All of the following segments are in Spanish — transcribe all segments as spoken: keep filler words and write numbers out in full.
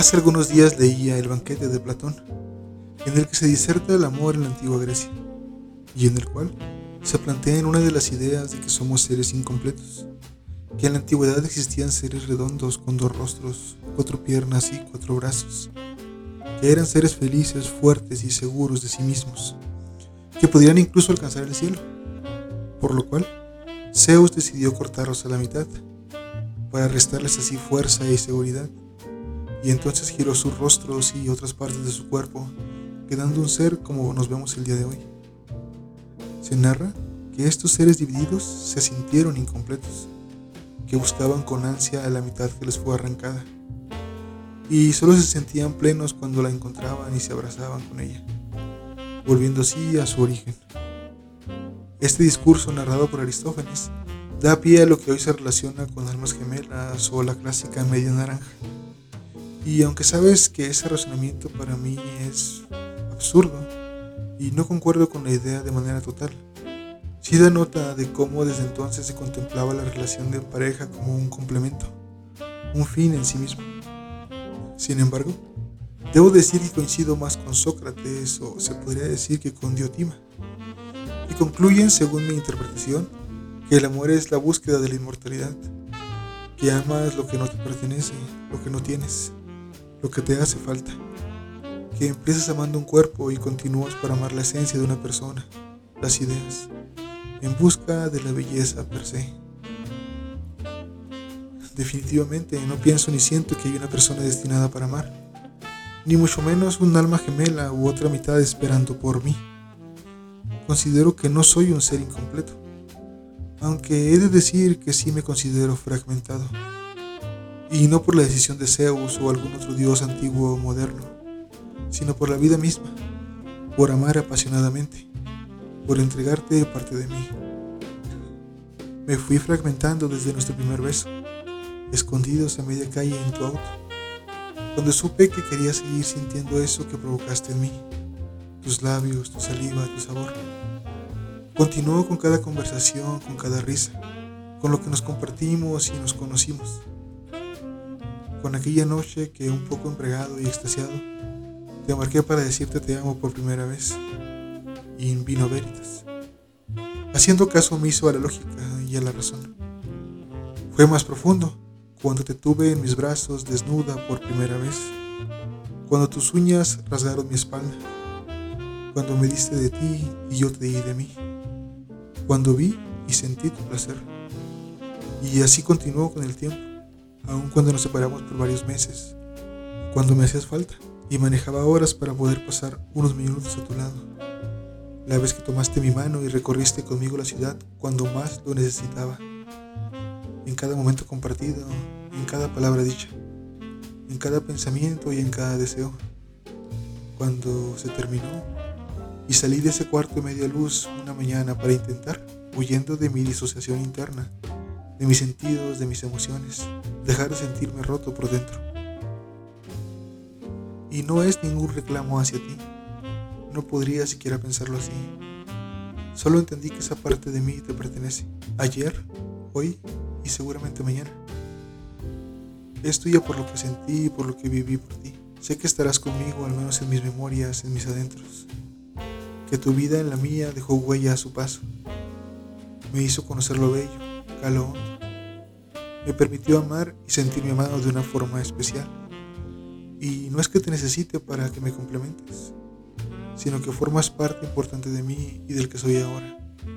Hace algunos días leía El banquete de Platón, en el que se diserta el amor en la antigua Grecia, y en el cual se plantea en una de las ideas de que somos seres incompletos, que en la antigüedad existían seres redondos con dos rostros, cuatro piernas y cuatro brazos, que eran seres felices, fuertes y seguros de sí mismos, que podrían incluso alcanzar el cielo, por lo cual Zeus decidió cortarlos a la mitad, para restarles así fuerza y seguridad, y entonces giró sus rostros y otras partes de su cuerpo, quedando un ser como nos vemos el día de hoy. Se narra que estos seres divididos se sintieron incompletos, que buscaban con ansia la mitad que les fue arrancada, y solo se sentían plenos cuando la encontraban y se abrazaban con ella, volviendo así a su origen. Este discurso, narrado por Aristófanes, da pie a lo que hoy se relaciona con almas gemelas o la clásica media naranja. Y aunque sabes que ese razonamiento para mí es absurdo y no concuerdo con la idea de manera total, sí da nota de cómo desde entonces se contemplaba la relación de pareja como un complemento, un fin en sí mismo. Sin embargo, debo decir que coincido más con Sócrates, o se podría decir que con Diotima, que concluyen, según mi interpretación, que el amor es la búsqueda de la inmortalidad, que amas lo que no te pertenece, lo que no tienes, lo que te hace falta, que empiezas amando un cuerpo y continúas para amar la esencia de una persona, las ideas, en busca de la belleza per se. Definitivamente no pienso ni siento que hay una persona destinada para amar, ni mucho menos un alma gemela u otra mitad esperando por mí. Considero que no soy un ser incompleto, aunque he de decir que sí me considero fragmentado, y no por la decisión de Zeus o algún otro dios antiguo o moderno, sino por la vida misma, por amar apasionadamente, por entregarte parte de mí. Me fui fragmentando desde nuestro primer beso, escondidos a media calle en tu auto, cuando supe que quería seguir sintiendo eso que provocaste en mí, tus labios, tu saliva, tu sabor. Continuó con cada conversación, con cada risa, con lo que nos compartimos y nos conocimos. Con aquella noche que, un poco embriagado y extasiado, te marqué para decirte te amo por primera vez, in vino veritas, haciendo caso omiso a la lógica y a la razón. Fue más profundo cuando te tuve en mis brazos desnuda por primera vez, cuando tus uñas rasgaron mi espalda, cuando me diste de ti y yo te di de mí, cuando vi y sentí tu placer. Y así continuó con el tiempo, aun cuando nos separamos por varios meses, cuando me hacías falta y manejaba horas para poder pasar unos minutos a tu lado. La vez que tomaste mi mano y recorriste conmigo la ciudad cuando más lo necesitaba. En cada momento compartido, en cada palabra dicha, en cada pensamiento y en cada deseo. Cuando se terminó y salí de ese cuarto de media luz una mañana para intentar, huyendo de mi disociación interna, de mis sentidos, de mis emociones, dejar de sentirme roto por dentro. Y no es ningún reclamo hacia ti, no podría siquiera pensarlo así. Solo entendí que esa parte de mí te pertenece, ayer, hoy y seguramente mañana. Es tuya por lo que sentí y por lo que viví por ti. Sé que estarás conmigo, al menos en mis memorias, en mis adentros. Que tu vida en la mía dejó huella a su paso. Me hizo conocer lo bello, caló hondo. Me permitió amar y sentirme amado de una forma especial. Y no es que te necesite para que me complementes, sino que formas parte importante de mí y del que soy ahora.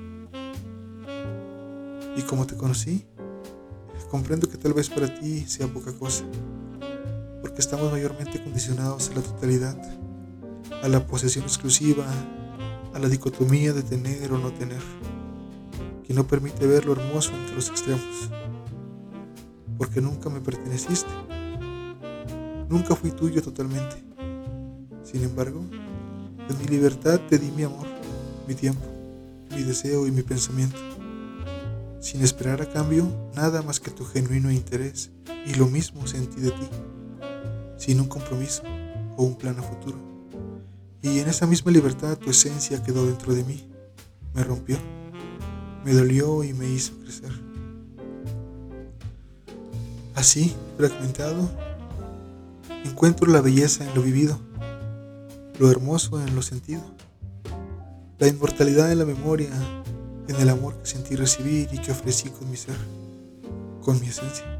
Y como te conocí, comprendo que tal vez para ti sea poca cosa, porque estamos mayormente condicionados a la totalidad, a la posesión exclusiva, a la dicotomía de tener o no tener, que no permite ver lo hermoso entre los extremos. Porque nunca me perteneciste, nunca fui tuyo totalmente. Sin embargo, en mi libertad te di mi amor, mi tiempo, mi deseo y mi pensamiento, sin esperar a cambio nada más que tu genuino interés, y lo mismo sentí de ti, sin un compromiso o un plan a futuro. Y en esa misma libertad tu esencia quedó dentro de mí, me rompió, me dolió y me hizo crecer. Así, fragmentado, Encuentro la belleza en lo vivido, lo hermoso en lo sentido, la inmortalidad en la memoria, en el amor que sentí recibir y que ofrecí con mi ser, con mi esencia.